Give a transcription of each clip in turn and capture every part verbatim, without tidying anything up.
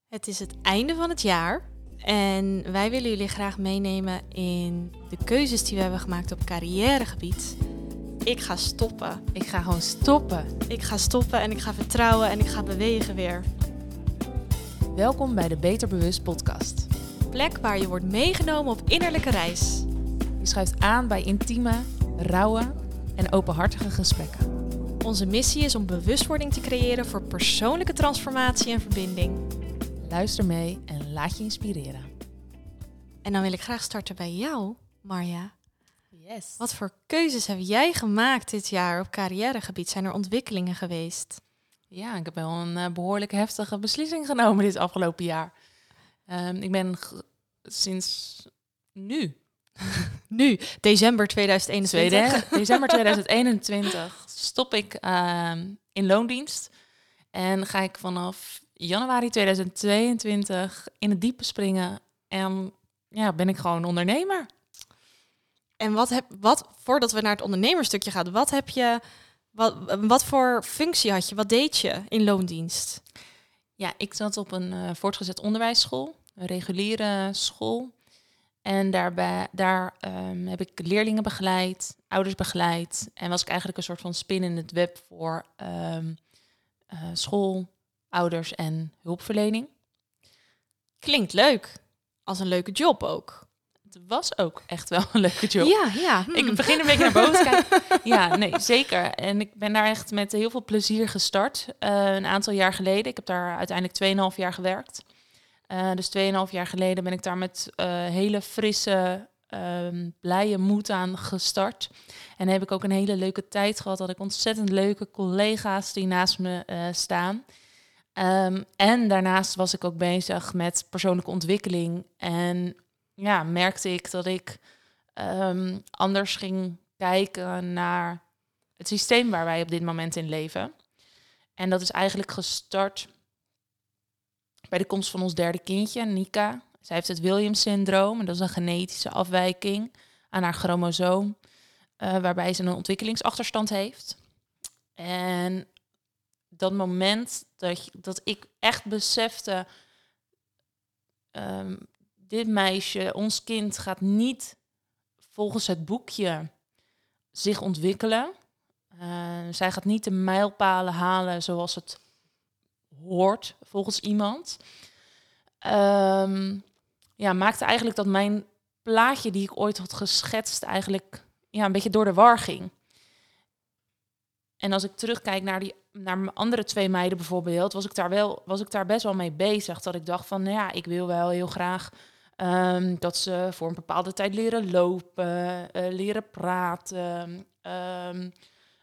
Het is het einde van het jaar en wij willen jullie graag meenemen in de keuzes die we hebben gemaakt op carrièregebied. Ik ga stoppen. Ik ga gewoon stoppen. Ik ga stoppen en ik ga vertrouwen en ik ga bewegen weer. Welkom bij de Beter Bewust podcast. Een plek waar je wordt meegenomen op innerlijke reis. Je schuift aan bij intieme, rauwe en openhartige gesprekken. Onze missie is om bewustwording te creëren voor persoonlijke transformatie en verbinding. Luister mee en laat je inspireren. En dan wil ik graag starten bij jou, Marja. Yes. Wat voor keuzes heb jij gemaakt dit jaar op carrièregebied? Zijn er ontwikkelingen geweest? Ja, ik heb wel een uh, behoorlijk heftige beslissing genomen dit afgelopen jaar. Um, ik ben g- sinds nu, Nu, december tweeduizend eenentwintig. tweede, december tweeduizend eenentwintig, stop ik uh, in loondienst. En ga ik vanaf januari tweeduizend tweeëntwintig in het diepe springen. En ja, ben ik gewoon ondernemer. En wat heb, wat, voordat we naar het ondernemerstukje gaan, wat heb je, wat, wat voor functie had je? Wat deed je in loondienst? Ja, ik zat op een uh, voortgezet onderwijsschool, een reguliere school. En daarbij, daar um, heb ik leerlingen begeleid, ouders begeleid. En was ik eigenlijk een soort van spin in het web voor um, uh, school, ouders en hulpverlening. Klinkt leuk. Als een leuke job ook. Het was ook echt wel een leuke job. Ja, ja. Hmm. Ik begin een beetje naar boven te kijken. Ja, nee, zeker. En ik ben daar echt met heel veel plezier gestart. Uh, een aantal jaar geleden. Ik heb daar uiteindelijk twee en een half jaar gewerkt. Uh, dus twee en een half jaar geleden ben ik daar met uh, hele frisse, um, blije moed aan gestart. En heb ik ook een hele leuke tijd gehad. Had ik ontzettend leuke collega's die naast me uh, staan. Um, en daarnaast was ik ook bezig met persoonlijke ontwikkeling. En ja, merkte ik dat ik um, anders ging kijken naar het systeem waar wij op dit moment in leven. En dat is eigenlijk gestart bij de komst van ons derde kindje, Nika. Zij heeft het Williams-syndroom. En dat is een genetische afwijking aan haar chromosoom, Uh, waarbij ze een ontwikkelingsachterstand heeft. En dat moment dat, je, dat ik echt besefte, Um, dit meisje, ons kind, gaat niet volgens het boekje zich ontwikkelen. Uh, zij gaat niet de mijlpalen halen zoals het hoort volgens iemand. Um, ja, maakte eigenlijk dat mijn plaatje die ik ooit had geschetst eigenlijk ja, een beetje door de war ging. En als ik terugkijk naar, die, naar mijn andere twee meiden bijvoorbeeld, was ik daar wel, was ik daar best wel mee bezig. Dat ik dacht van, nou ja, ik wil wel heel graag um, dat ze voor een bepaalde tijd leren lopen, uh, leren praten. Um,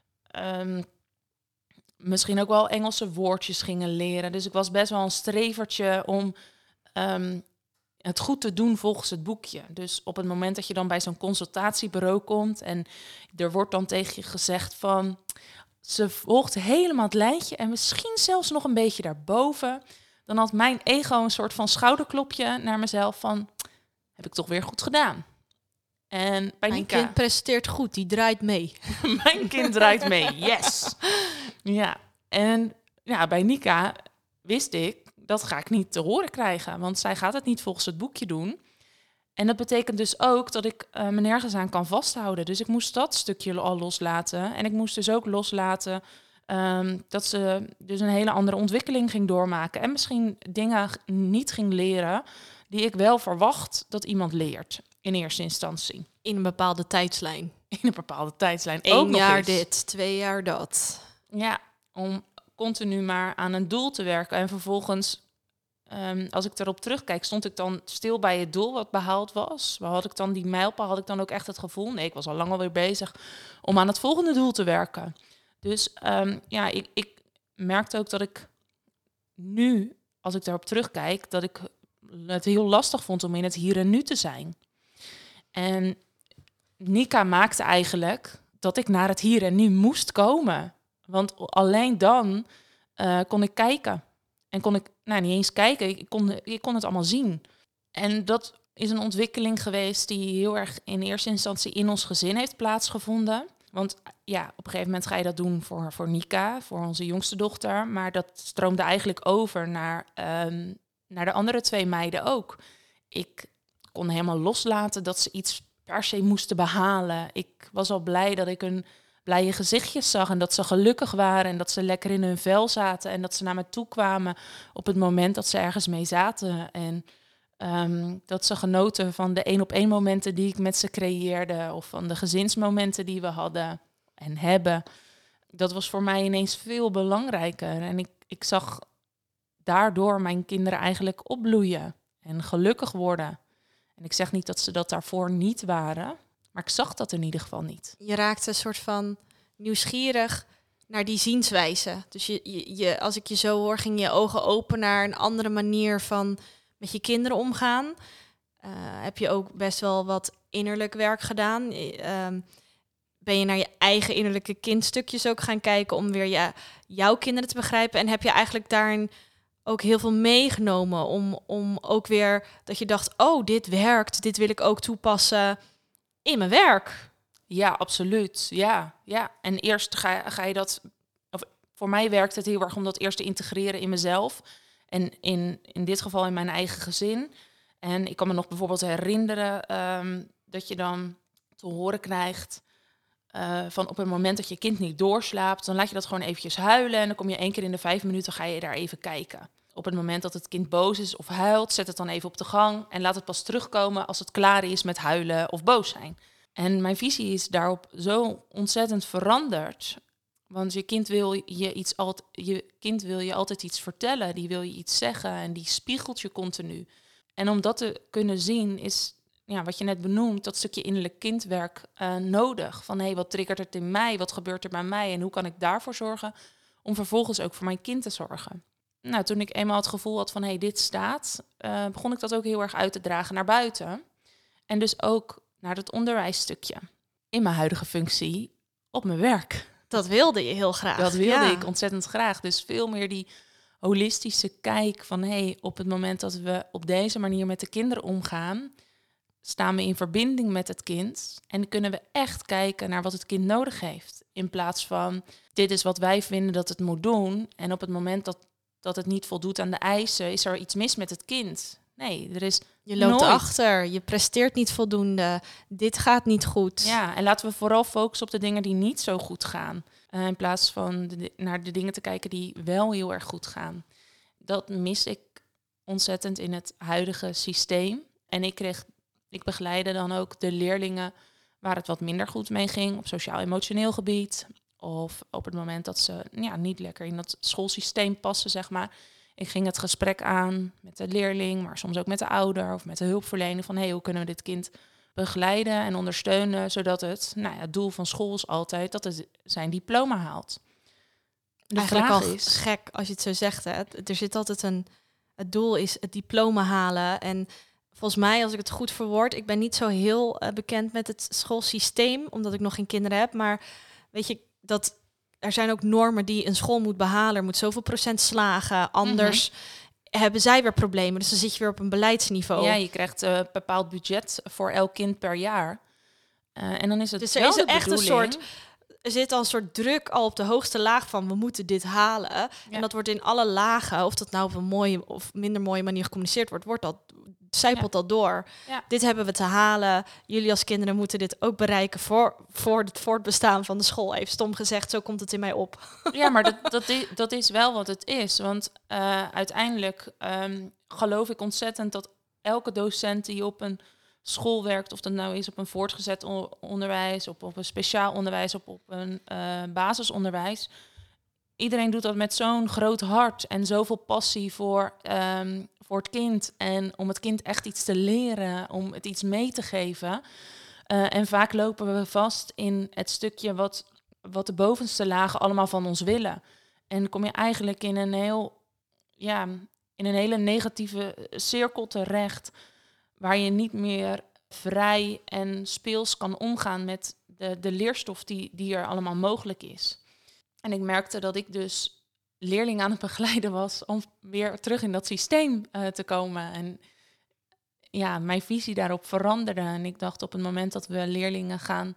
um, misschien ook wel Engelse woordjes gingen leren. Dus ik was best wel een strevertje om um, het goed te doen volgens het boekje. Dus op het moment dat je dan bij zo'n consultatiebureau komt en er wordt dan tegen je gezegd van, ze volgt helemaal het lijntje en misschien zelfs nog een beetje daarboven, dan had mijn ego een soort van schouderklopje naar mezelf van, heb ik toch weer goed gedaan. En bij Mijn Nika, kind presteert goed, die draait mee. mijn kind draait mee, yes. Ja, en ja, bij Nika wist ik, dat ga ik niet te horen krijgen, want zij gaat het niet volgens het boekje doen. En dat betekent dus ook dat ik uh, me nergens aan kan vasthouden. Dus ik moest dat stukje al loslaten. En ik moest dus ook loslaten um, dat ze dus een hele andere ontwikkeling ging doormaken. En misschien dingen niet ging leren die ik wel verwacht dat iemand leert in eerste instantie. In een bepaalde tijdslijn. In een bepaalde tijdslijn. Eén ook nog jaar eens. dit, twee jaar dat. Ja, om continu maar aan een doel te werken. En vervolgens, um, als ik erop terugkijk, stond ik dan stil bij het doel wat behaald was? Had ik dan die mijlpaal, had ik dan ook echt het gevoel? Nee, ik was al lang alweer bezig om aan het volgende doel te werken. Dus um, ja, ik, ik merkte ook dat ik nu, als ik daarop terugkijk, dat ik het heel lastig vond om in het hier en nu te zijn. En Nika maakte eigenlijk dat ik naar het hier en nu moest komen. Want alleen dan uh, kon ik kijken. En kon ik, nou niet eens kijken, ik kon, ik kon het allemaal zien. En dat is een ontwikkeling geweest die heel erg in eerste instantie in ons gezin heeft plaatsgevonden. Want ja, op een gegeven moment ga je dat doen voor, voor Nika, voor onze jongste dochter. Maar dat stroomde eigenlijk over naar um, naar de andere twee meiden ook. Ik kon helemaal loslaten dat ze iets per se moesten behalen. Ik was al blij dat ik hun blije gezichtjes zag en dat ze gelukkig waren en dat ze lekker in hun vel zaten en dat ze naar me toe kwamen op het moment dat ze ergens mee zaten. En um, dat ze genoten van de één-op-één momenten die ik met ze creëerde of van de gezinsmomenten die we hadden en hebben. Dat was voor mij ineens veel belangrijker. En ik, ik zag daardoor mijn kinderen eigenlijk opbloeien en gelukkig worden. En ik zeg niet dat ze dat daarvoor niet waren, maar ik zag dat in ieder geval niet. Je raakte een soort van nieuwsgierig naar die zienswijze. Dus je, je, je, als ik je zo hoor, ging je ogen open naar een andere manier van met je kinderen omgaan. Uh, heb je ook best wel wat innerlijk werk gedaan? Uh, ben je naar je eigen innerlijke kindstukjes ook gaan kijken om weer je, jouw kinderen te begrijpen? En heb je eigenlijk daarin ook heel veel meegenomen om, om ook weer dat je dacht, oh, dit werkt, dit wil ik ook toepassen in mijn werk? Ja, absoluut. Ja, ja. En eerst ga, ga je dat... Of voor mij werkt het heel erg om dat eerst te integreren in mezelf. En in, in dit geval in mijn eigen gezin. En ik kan me nog bijvoorbeeld herinneren um, dat je dan te horen krijgt uh, van op het moment dat je kind niet doorslaapt, dan laat je dat gewoon eventjes huilen en dan kom je één keer in de vijf minuten, ga je daar even kijken. Op het moment dat het kind boos is of huilt, zet het dan even op de gang en laat het pas terugkomen als het klaar is met huilen of boos zijn. En mijn visie is daarop zo ontzettend veranderd. Want je kind wil je iets altijd, je kind wil je altijd iets vertellen, die wil je iets zeggen en die spiegelt je continu. En om dat te kunnen zien is, ja, wat je net benoemt, dat stukje innerlijk kindwerk uh, nodig. Van hé, hey, wat triggert het in mij? Wat gebeurt er bij mij? En hoe kan ik daarvoor zorgen om vervolgens ook voor mijn kind te zorgen? Nou, toen ik eenmaal het gevoel had van hé, hey, dit staat, uh, begon ik dat ook heel erg uit te dragen naar buiten. En dus ook naar het onderwijsstukje. In mijn huidige functie op mijn werk. Dat wilde je heel graag. Dat wilde ja. ik ontzettend graag. Dus veel meer die holistische kijk van hé, hey, op het moment dat we op deze manier met de kinderen omgaan, staan we in verbinding met het kind en kunnen we echt kijken naar wat het kind nodig heeft. In plaats van, dit is wat wij vinden dat het moet doen en op het moment dat, dat het niet voldoet aan de eisen, is er iets mis met het kind. Nee, er is Je loopt nooit. achter, je presteert niet voldoende, dit gaat niet goed. Ja, en laten we vooral focussen op de dingen die niet zo goed gaan. Uh, in plaats van de, naar de dingen te kijken die wel heel erg goed gaan. Dat mis ik ontzettend in het huidige systeem. En ik kreeg, ik begeleide dan ook de leerlingen waar het wat minder goed mee ging op sociaal-emotioneel gebied. Of op het moment dat ze ja, niet lekker in dat schoolsysteem passen, zeg maar. Ik ging het gesprek aan met de leerling, maar soms ook met de ouder of met de hulpverlener van hé, hey, hoe kunnen we dit kind begeleiden en ondersteunen, zodat het, nou ja, het doel van school is altijd dat het zijn diploma haalt. De Eigenlijk vraag al is, gek als je het zo zegt. Hè. Er zit altijd een, het doel is het diploma halen. En volgens mij, als ik het goed verwoord, ik ben niet zo heel uh, bekend met het schoolsysteem, omdat ik nog geen kinderen heb. Maar weet je, dat er zijn ook normen die een school moet behalen. Er moet zoveel procent slagen, anders mm-hmm. hebben zij weer problemen. Dus dan zit je weer op een beleidsniveau. Ja, je krijgt een uh, bepaald budget voor elk kind per jaar. Uh, en dan is het dus wel er is de echt een bedoeling... soort, er zit al een soort druk al op de hoogste laag van we moeten dit halen. Ja. En dat wordt in alle lagen, of dat nou op een mooie of minder mooie manier gecommuniceerd wordt, wordt dat zijpelt ja. dat door. Ja. Dit hebben we te halen. Jullie als kinderen moeten dit ook bereiken voor, voor het voortbestaan van de school. Even stom gezegd, zo komt het in mij op. Ja, maar dat, dat, is, dat is wel wat het is. Want uh, uiteindelijk um, geloof ik ontzettend dat elke docent die op een school werkt, of dat nou is op een voortgezet onderwijs, op, op een speciaal onderwijs, op, op een uh, basisonderwijs, iedereen doet dat met zo'n groot hart en zoveel passie voor, um, voor het kind. En om het kind echt iets te leren, om het iets mee te geven. Uh, en vaak lopen we vast in het stukje wat, wat de bovenste lagen allemaal van ons willen. En kom je eigenlijk in een heel, ja, in een hele negatieve cirkel terecht, waar je niet meer vrij en speels kan omgaan met de, de leerstof die, die er allemaal mogelijk is. En ik merkte dat ik dus leerlingen aan het begeleiden was om weer terug in dat systeem uh, te komen. En ja, mijn visie daarop veranderde. En ik dacht op het moment dat we leerlingen gaan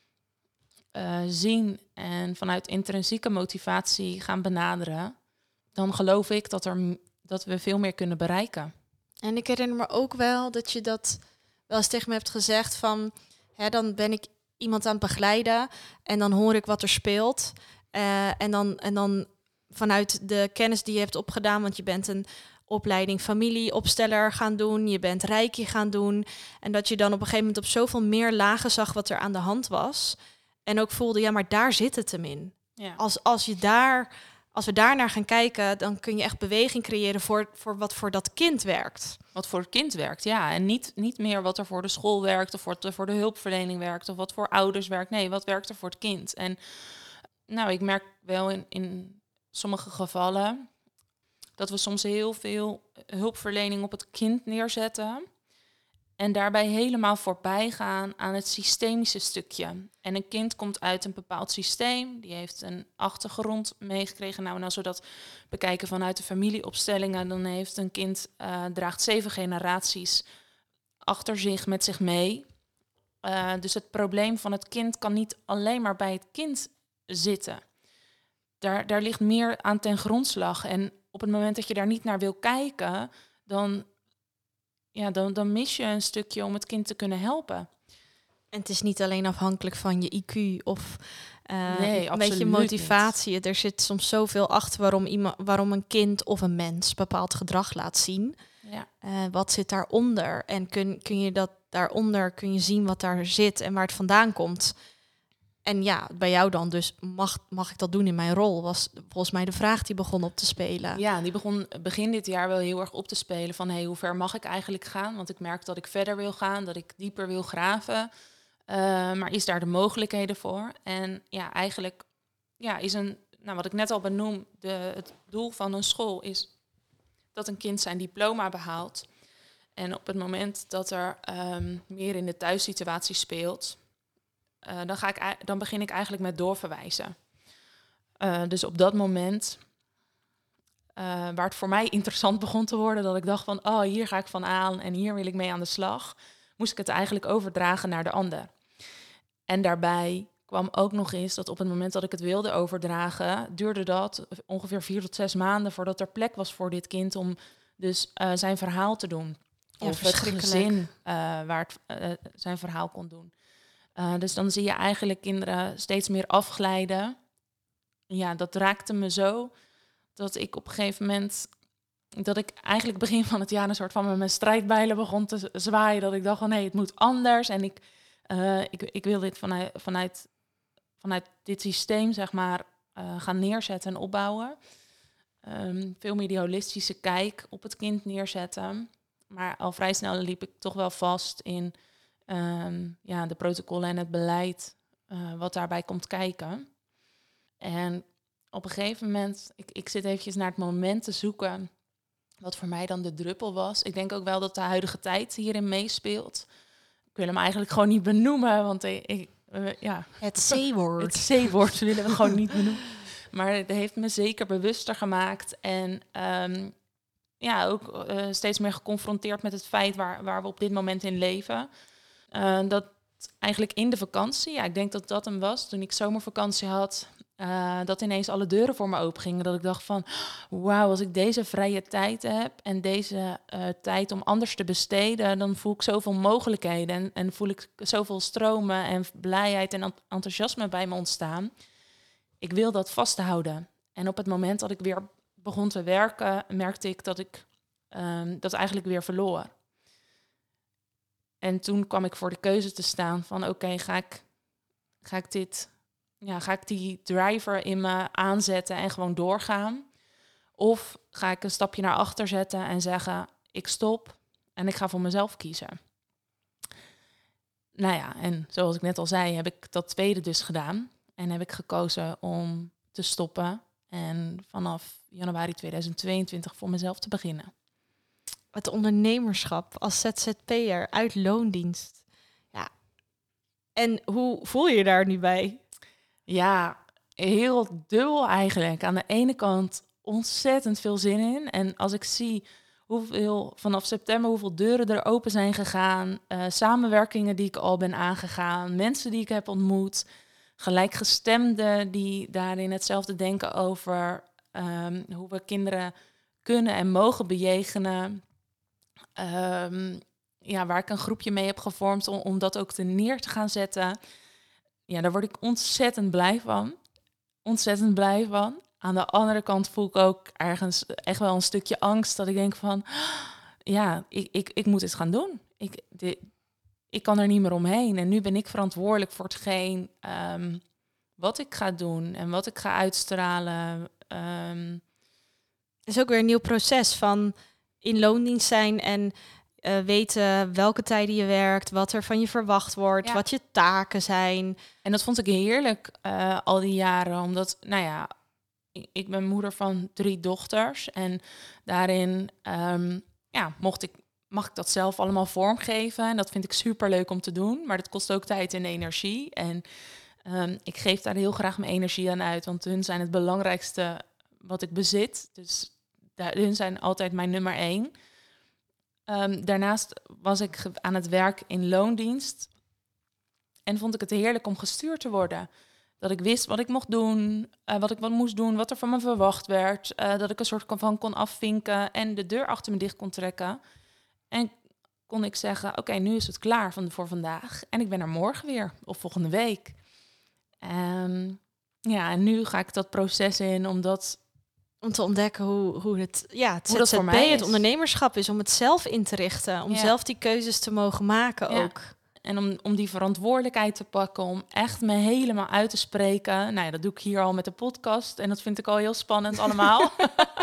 uh, zien en vanuit intrinsieke motivatie gaan benaderen, dan geloof ik dat er, dat we veel meer kunnen bereiken. En ik herinner me ook wel dat je dat wel eens tegen me hebt gezegd van, hè, dan ben ik iemand aan het begeleiden en dan hoor ik wat er speelt. Uh, en, dan, en dan vanuit de kennis die je hebt opgedaan, want je bent een opleiding familieopsteller gaan doen, je bent reiki gaan doen. En dat je dan op een gegeven moment op zoveel meer lagen zag wat er aan de hand was. En ook voelde, ja, maar daar zit het hem in. Ja. Als, als, je daar, als we daar naar gaan kijken, dan kun je echt beweging creëren voor, voor wat voor dat kind werkt. Wat voor het kind werkt, ja. En niet, niet meer wat er voor de school werkt of wat er voor de hulpverlening werkt of wat voor ouders werkt. Nee, wat werkt er voor het kind? En nou, ik merk wel in, in sommige gevallen dat we soms heel veel hulpverlening op het kind neerzetten en daarbij helemaal voorbij gaan aan het systemische stukje. En een kind komt uit een bepaald systeem, die heeft een achtergrond meegekregen. Nou, en als we dat bekijken vanuit de familieopstellingen, dan heeft een kind uh, draagt zeven generaties achter zich met zich mee. Uh, dus het probleem van het kind kan niet alleen maar bij het kind zitten. Daar, daar ligt meer aan ten grondslag. En op het moment dat je daar niet naar wil kijken, dan, ja, dan, dan mis je een stukje om het kind te kunnen helpen. En het is niet alleen afhankelijk van je I Q of uh, nee, een beetje motivatie. Niet. Er zit soms zoveel achter waarom, iemand, waarom een kind of een mens bepaald gedrag laat zien. Ja. Uh, wat zit daaronder? En kun, kun je dat daaronder kun je zien wat daar zit en waar het vandaan komt. En ja, bij jou dan dus, mag, mag ik dat doen in mijn rol? Was volgens mij de vraag die begon op te spelen. Ja, die begon begin dit jaar wel heel erg op te spelen van, hey, hoe ver mag ik eigenlijk gaan? Want ik merk dat ik verder wil gaan, dat ik dieper wil graven. Uh, maar is daar de mogelijkheden voor? En ja, eigenlijk ja, is een, nou, wat ik net al benoem, de, het doel van een school is dat een kind zijn diploma behaalt. En op het moment dat er um, meer in de thuissituatie speelt, Uh, dan, ga ik, dan begin ik eigenlijk met doorverwijzen. Uh, dus op dat moment, uh, waar het voor mij interessant begon te worden, dat ik dacht van, oh, hier ga ik van aan en hier wil ik mee aan de slag, moest ik het eigenlijk overdragen naar de ander. En daarbij kwam ook nog eens dat op het moment dat ik het wilde overdragen, duurde dat ongeveer vier tot zes maanden voordat er plek was voor dit kind om dus uh, zijn verhaal te doen. Ja, of het gezin uh, waar het uh, zijn verhaal kon doen. Uh, dus dan zie je eigenlijk kinderen steeds meer afglijden. Ja, dat raakte me zo dat ik op een gegeven moment, dat ik eigenlijk begin van het jaar een soort van met mijn strijdbijlen begon te zwaaien. Dat ik dacht van nee, het moet anders. En ik, uh, ik, ik wil dit vanuit, vanuit, vanuit dit systeem, zeg maar, uh, gaan neerzetten en opbouwen. Um, veel meer die holistische kijk op het kind neerzetten. Maar al vrij snel liep ik toch wel vast in Um, ja, de protocollen en het beleid uh, wat daarbij komt kijken. En op een gegeven moment, ik, ik zit eventjes naar het moment te zoeken wat voor mij dan de druppel was. Ik denk ook wel dat de huidige tijd hierin meespeelt. Ik wil hem eigenlijk gewoon niet benoemen, want ik, ik, uh, ja. Het C-woord. Het C-woord willen we gewoon niet benoemen. Maar het heeft me zeker bewuster gemaakt en um, ja, ook uh, steeds meer geconfronteerd met het feit waar, waar we op dit moment in leven. Uh, dat eigenlijk in de vakantie, ja, ik denk dat dat hem was, toen ik zomervakantie had, uh, dat ineens alle deuren voor me open gingen. Dat ik dacht van, wauw, als ik deze vrije tijd heb en deze uh, tijd om anders te besteden, dan voel ik zoveel mogelijkheden en, en voel ik zoveel stromen en blijheid en enthousiasme bij me ontstaan. Ik wil dat vasthouden. En op het moment dat ik weer begon te werken, merkte ik dat ik um, dat eigenlijk weer verloor. En toen kwam ik voor de keuze te staan van oké, okay, ga ik, ga ik dit, ja, ga ik die driver in me aanzetten en gewoon doorgaan? Of ga ik een stapje naar achter zetten en zeggen, ik stop en ik ga voor mezelf kiezen? Nou ja, en zoals ik net al zei, heb ik dat tweede dus gedaan. En heb ik gekozen om te stoppen en vanaf januari tweeduizend tweeëntwintig voor mezelf te beginnen. Het ondernemerschap als Z Z P'er uit loondienst. Ja. En hoe voel je je daar nu bij? Ja, heel dubbel eigenlijk. Aan de ene kant ontzettend veel zin in. En als ik zie hoeveel vanaf september, hoeveel deuren er open zijn gegaan, uh, samenwerkingen die ik al ben aangegaan, mensen die ik heb ontmoet, gelijkgestemden die daarin hetzelfde denken over um, hoe we kinderen kunnen en mogen bejegenen. Um, ja, waar ik een groepje mee heb gevormd om, om dat ook te neer te gaan zetten. Ja, daar word ik ontzettend blij van. Ontzettend blij van. Aan de andere kant voel ik ook ergens echt wel een stukje angst. Dat ik denk van, ja, ik, ik, ik moet dit gaan doen. Ik, dit, ik kan er niet meer omheen. En nu ben ik verantwoordelijk voor hetgeen um, wat ik ga doen en wat ik ga uitstralen. Um, Het is ook weer een nieuw proces van in loondienst zijn en uh, weten welke tijden je werkt, wat er van je verwacht wordt, ja. wat je taken zijn. En dat vond ik heerlijk uh, al die jaren, omdat, nou ja, ik, ik ben moeder van drie dochters en daarin um, ja, mocht ik, mag ik dat zelf allemaal vormgeven. En dat vind ik superleuk om te doen, maar dat kost ook tijd en energie. En um, ik geef daar heel graag mijn energie aan uit, want hun zijn het belangrijkste wat ik bezit. Dus hun zijn altijd mijn nummer één. Um, daarnaast was ik aan het werk in loondienst. En vond ik het heerlijk om gestuurd te worden. Dat ik wist wat ik mocht doen, uh, wat ik wat moest doen, wat er van me verwacht werd. Uh, dat ik een soort van kon afvinken en de deur achter me dicht kon trekken. En kon ik zeggen, oké, okay, nu is het klaar van, voor vandaag. En ik ben er morgen weer, of volgende week. Um, ja, en nu ga ik dat proces in, omdat... Om te ontdekken hoe, hoe het, ja, het hoe Z Z P, het ondernemerschap is, om het zelf in te richten. Om ja. zelf die keuzes te mogen maken ja. ook. En om, om die verantwoordelijkheid te pakken, om echt me helemaal uit te spreken. Nou ja, dat doe ik hier al met de podcast. En dat vind ik al heel spannend allemaal.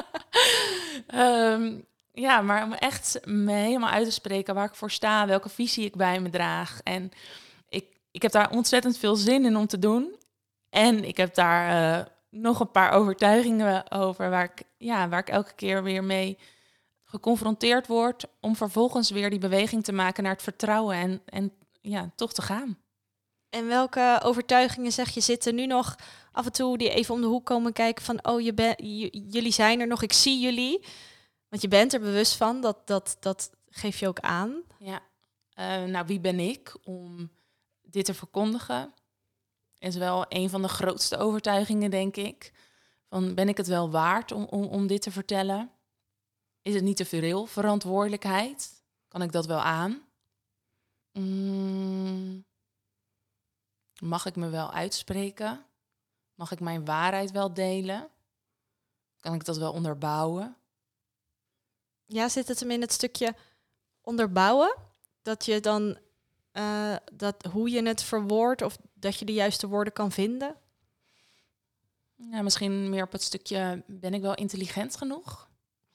um, ja, maar om echt me helemaal uit te spreken waar ik voor sta, welke visie ik bij me draag. En ik, ik heb daar ontzettend veel zin in om te doen. En ik heb daar... Uh, nog een paar overtuigingen over waar ik, ja, waar ik elke keer weer mee geconfronteerd word, om vervolgens weer die beweging te maken naar het vertrouwen en, en ja, toch te gaan. En welke overtuigingen, zeg je, zitten nu nog af en toe die even om de hoek komen kijken van, oh, je ben, j- jullie zijn er nog, ik zie jullie. Want je bent er bewust van, dat, dat, dat geef je ook aan. Ja, uh, nou, wie ben ik om dit te verkondigen? Is wel een van de grootste overtuigingen, denk ik. Van, ben ik het wel waard om, om, om dit te vertellen? Is het niet te veel verantwoordelijkheid? Kan ik dat wel aan? Mm, mag ik me wel uitspreken? Mag ik mijn waarheid wel delen? Kan ik dat wel onderbouwen? Ja, zit het hem in het stukje onderbouwen? Dat je dan... Uh, dat hoe je het verwoordt of dat je de juiste woorden kan vinden? Ja, misschien meer op het stukje, ben ik wel intelligent genoeg?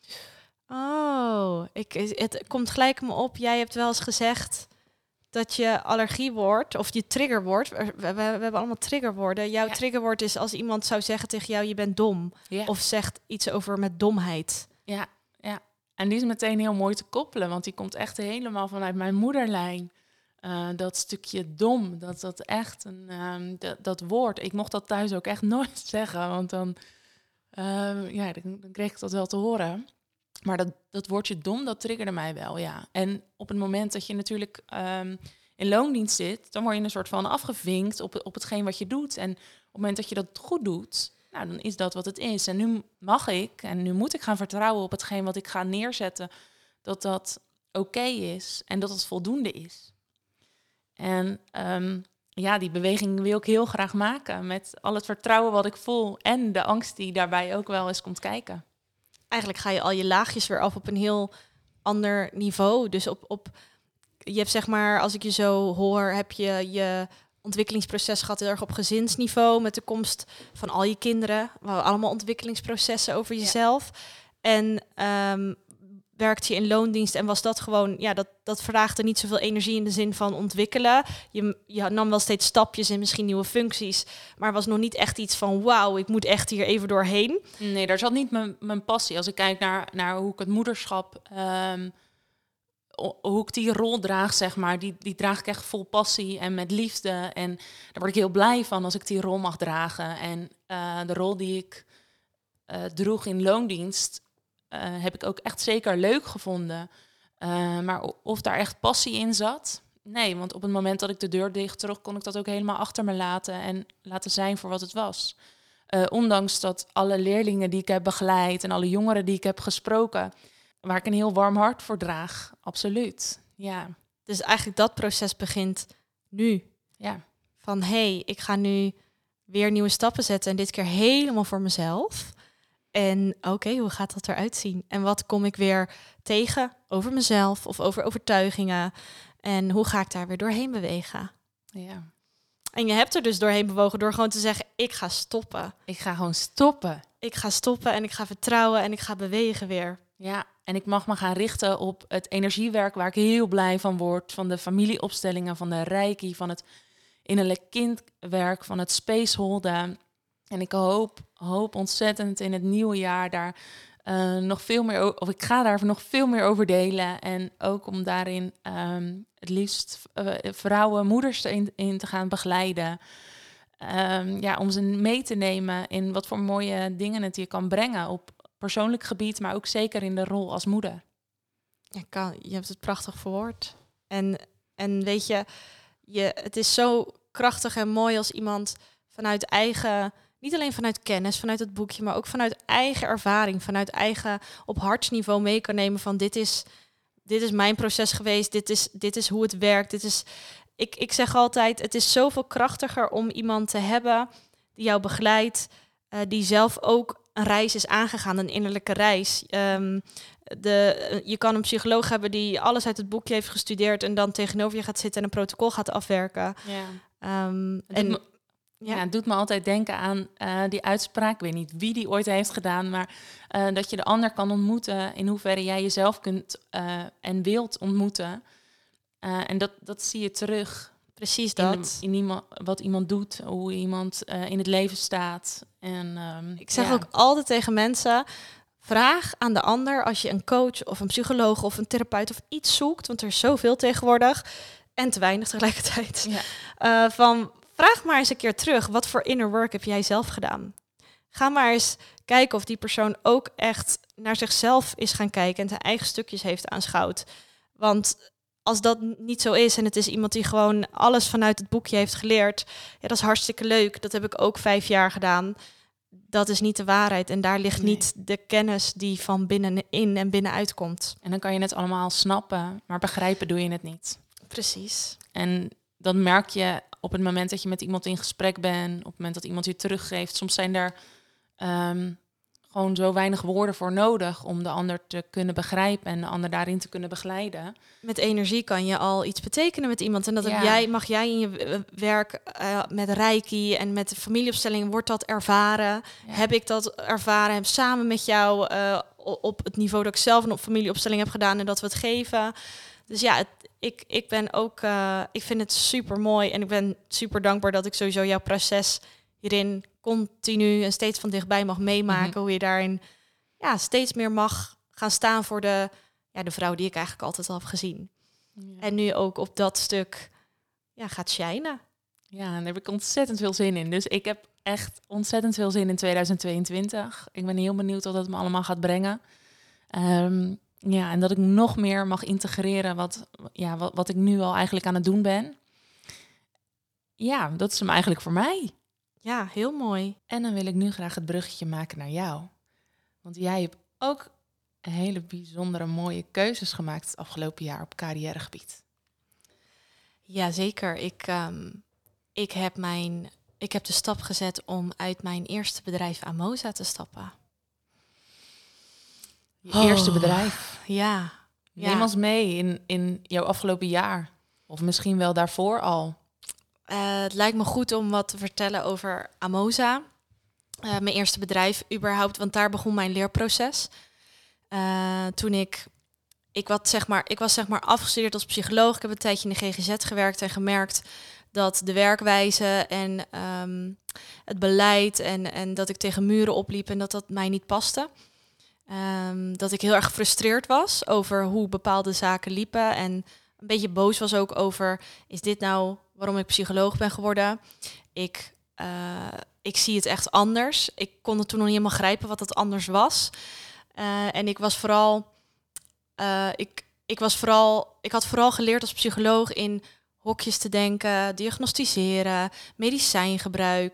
Oh, ik, het komt gelijk me op. Jij hebt wel eens gezegd dat je allergiewoord of je triggerwoord, we, we, we hebben allemaal triggerwoorden. Jouw ja. triggerwoord is als iemand zou zeggen tegen jou, je bent dom. Ja. Of zegt iets over met domheid. Ja, ja. En die is meteen heel mooi te koppelen, want die komt echt helemaal vanuit mijn moederlijn. Uh, dat stukje dom, dat dat echt een um, dat, dat woord. Ik mocht dat thuis ook echt nooit zeggen, want dan, uh, ja, dan, dan kreeg ik dat wel te horen. Maar dat, dat woordje dom, dat triggerde mij wel, ja. En op het moment dat je natuurlijk um, in loondienst zit, dan word je een soort van afgevinkt op, op hetgeen wat je doet. En op het moment dat je dat goed doet, nou, dan is dat wat het is. En nu mag ik, en nu moet ik gaan vertrouwen op hetgeen wat ik ga neerzetten, dat dat oké okay is en dat het voldoende is. En um, ja, die beweging wil ik heel graag maken met al het vertrouwen wat ik voel en de angst die daarbij ook wel eens komt kijken. Eigenlijk ga je al je laagjes weer af op een heel ander niveau. Dus op, op je hebt zeg maar, als ik je zo hoor, heb je je ontwikkelingsproces gehad heel erg op gezinsniveau met de komst van al je kinderen. We hebben allemaal ontwikkelingsprocessen over jezelf. Ja. En um, werkte je in loondienst en was dat gewoon, ja, dat, dat vraagde niet zoveel energie in de zin van ontwikkelen. Je, je nam wel steeds stapjes en misschien nieuwe functies, maar was nog niet echt iets van, wauw, ik moet echt hier even doorheen. Nee, daar zat niet mijn, mijn passie. Als ik kijk naar, naar hoe ik het moederschap, um, hoe ik die rol draag, zeg maar, die, die draag ik echt vol passie en met liefde. En daar word ik heel blij van als ik die rol mag dragen. En uh, de rol die ik uh, droeg in loondienst, Uh, heb ik ook echt zeker leuk gevonden. Uh, maar of daar echt passie in zat? Nee, want op het moment dat ik de deur dicht trok, kon ik dat ook helemaal achter me laten en laten zijn voor wat het was. Uh, ondanks dat alle leerlingen die ik heb begeleid en alle jongeren die ik heb gesproken, waar ik een heel warm hart voor draag. Absoluut, ja. Dus eigenlijk dat proces begint nu. Ja. Van, hé, hey, ik ga nu weer nieuwe stappen zetten en dit keer helemaal voor mezelf. En oké, okay, hoe gaat dat eruit zien? En wat kom ik weer tegen over mezelf of over overtuigingen? En hoe ga ik daar weer doorheen bewegen? Ja. En je hebt er dus doorheen bewogen door gewoon te zeggen, ik ga stoppen. Ik ga gewoon stoppen. Ik ga stoppen en ik ga vertrouwen en ik ga bewegen weer. Ja, en ik mag me gaan richten op het energiewerk waar ik heel blij van word. Van de familieopstellingen, van de reiki, van het innerlijk kindwerk, van het spaceholden. En ik hoop, hoop ontzettend in het nieuwe jaar daar uh, nog veel meer over, of ik ga daar nog veel meer over delen. En ook om daarin um, het liefst uh, vrouwen, moeders in, in te gaan begeleiden. Um, ja, om ze mee te nemen in wat voor mooie dingen het je kan brengen op persoonlijk gebied, maar ook zeker in de rol als moeder. Ja, kan, je hebt het prachtig verwoord. En, en weet je, je, het is zo krachtig en mooi als iemand vanuit eigen, niet alleen vanuit kennis, vanuit het boekje, maar ook vanuit eigen ervaring, vanuit eigen op hartsniveau mee kan nemen van dit is, dit is mijn proces geweest, dit is, dit is hoe het werkt. Dit is, ik, ik zeg altijd, het is zoveel krachtiger om iemand te hebben die jou begeleidt, uh, die zelf ook een reis is aangegaan, een innerlijke reis. Um, de, je kan een psycholoog hebben die alles uit het boekje heeft gestudeerd en dan tegenover je gaat zitten en een protocol gaat afwerken. Ja. Um, het, en, doet me, ja. Ja, het doet me altijd denken aan uh, die uitspraak. Ik weet niet wie die ooit heeft gedaan, maar uh, dat je de ander kan ontmoeten in hoeverre jij jezelf kunt uh, en wilt ontmoeten. Uh, en dat, dat zie je terug. Precies dat. In, de, in iemand, wat iemand doet, hoe iemand uh, in het leven staat. En, um, ik zeg ja. ook altijd tegen mensen, vraag aan de ander als je een coach of een psycholoog of een therapeut of iets zoekt, want er is zoveel tegenwoordig en te weinig tegelijkertijd. Ja. Uh, van vraag maar eens een keer terug, wat voor inner work heb jij zelf gedaan? Ga maar eens kijken of die persoon ook echt naar zichzelf is gaan kijken en zijn eigen stukjes heeft aanschouwd. Want als dat niet zo is en het is iemand die gewoon alles vanuit het boekje heeft geleerd, ja, dat is hartstikke leuk. Dat heb ik ook vijf jaar gedaan. Dat is niet de waarheid en daar ligt nee. niet de kennis die van binnenin en binnenuit komt. En dan kan je het allemaal snappen, maar begrijpen doe je het niet. Precies. En dan merk je op het moment dat je met iemand in gesprek bent, op het moment dat iemand je teruggeeft, soms zijn er um, gewoon zo weinig woorden voor nodig om de ander te kunnen begrijpen en de ander daarin te kunnen begeleiden. Met energie kan je al iets betekenen met iemand. En dat heb ja. jij, mag jij in je werk uh, met reiki en met de familieopstelling, wordt dat ervaren? Ja. Heb ik dat ervaren? Heb samen met jou uh, op het niveau dat ik zelf een familieopstelling heb gedaan en dat we het geven. Dus ja, het, ik, ik ben ook, uh, ik vind het super mooi en ik ben super dankbaar dat ik sowieso jouw proces hierin continu en steeds van dichtbij mag meemaken. Mm-hmm. Hoe je daarin ja, steeds meer mag gaan staan voor de, ja, de vrouw die ik eigenlijk altijd al heb gezien. Ja. En nu ook op dat stuk ja, gaat shinen. Ja, en daar heb ik ontzettend veel zin in. Dus ik heb echt ontzettend veel zin in tweeduizend tweeëntwintig. Ik ben heel benieuwd wat het me allemaal gaat brengen. Um, ja, en dat ik nog meer mag integreren wat, ja, wat, wat ik nu al eigenlijk aan het doen ben. Ja, dat is hem eigenlijk voor mij. Ja, heel mooi. En dan wil ik nu graag het bruggetje maken naar jou. Want jij hebt ook hele bijzondere mooie keuzes gemaakt het afgelopen jaar op carrièregebied. Jazeker. Ik, um, ik, heb mijn, ik heb de stap gezet om uit mijn eerste bedrijf Amosa te stappen. Je oh, eerste bedrijf? Ja. Neem ja. ons mee in, in jouw afgelopen jaar. Of misschien wel daarvoor al. Uh, het lijkt me goed om wat te vertellen over Amosa. Uh, mijn eerste bedrijf überhaupt, want daar begon mijn leerproces. Uh, toen ik... Ik, wat, zeg maar, ik was zeg maar afgestudeerd als psycholoog. Ik heb een tijdje in de G G Z gewerkt en gemerkt dat de werkwijze en um, het beleid en, en dat ik tegen muren opliep en dat dat mij niet paste. Um, dat ik heel erg gefrustreerd was over hoe bepaalde zaken liepen en een beetje boos was ook over, is dit nou waarom ik psycholoog ben geworden? Ik, uh, ik zie het echt anders. Ik kon het toen nog niet helemaal grijpen wat het anders was. Uh, en ik was vooral, uh, ik, ik was vooral, ik had vooral geleerd als psycholoog in hokjes te denken, diagnosticeren, medicijngebruik.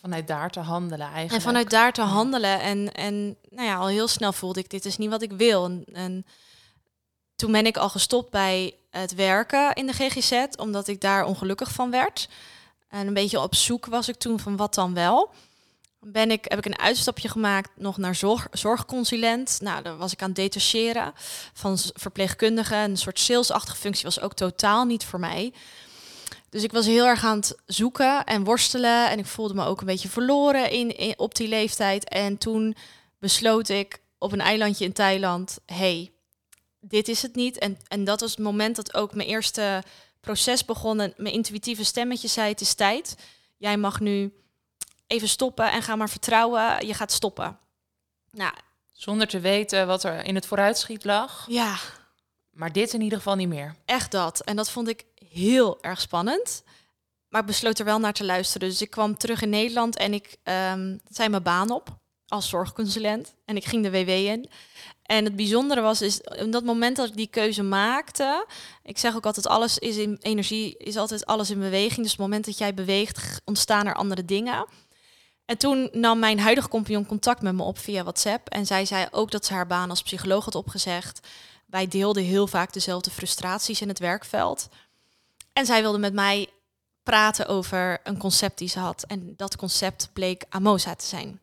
vanuit daar te handelen eigenlijk. En vanuit daar te Ja. handelen. En, en nou ja, al heel snel voelde ik, dit is niet wat ik wil. En, en toen ben ik al gestopt bij het werken in de G G Z, omdat ik daar ongelukkig van werd. En een beetje op zoek was ik toen van wat dan wel. Ben ik, heb ik een uitstapje gemaakt nog naar zorg, zorgconsulent. Nou, daar was ik aan het detacheren van z- verpleegkundigen. Een soort salesachtige functie was ook totaal niet voor mij. Dus ik was heel erg aan het zoeken en worstelen. En ik voelde me ook een beetje verloren in, in, op die leeftijd. En toen besloot ik op een eilandje in Thailand, hey, dit is het niet. En, en dat was het moment dat ook mijn eerste proces begon. En mijn intuïtieve stemmetje zei, het is tijd. Jij mag nu even stoppen en ga maar vertrouwen. Je gaat stoppen. Nou, Zonder te weten wat er in het vooruitschiet lag. ja, Maar dit in ieder geval niet meer. echt dat. En dat vond ik heel erg spannend. Maar ik besloot er wel naar te luisteren. Dus ik kwam terug in Nederland en ik um, zei mijn baan op als zorgconsulent. En ik ging de W W in. En het bijzondere was, is in dat moment dat ik die keuze maakte, ik zeg ook altijd, alles is in energie, is altijd alles in beweging. Dus op het moment dat jij beweegt, ontstaan er andere dingen. En toen nam mijn huidige compagnon contact met me op via WhatsApp. En zij zei ook dat ze haar baan als psycholoog had opgezegd. Wij deelden heel vaak dezelfde frustraties in het werkveld. En zij wilde met mij praten over een concept die ze had. En dat concept bleek Amosa te zijn.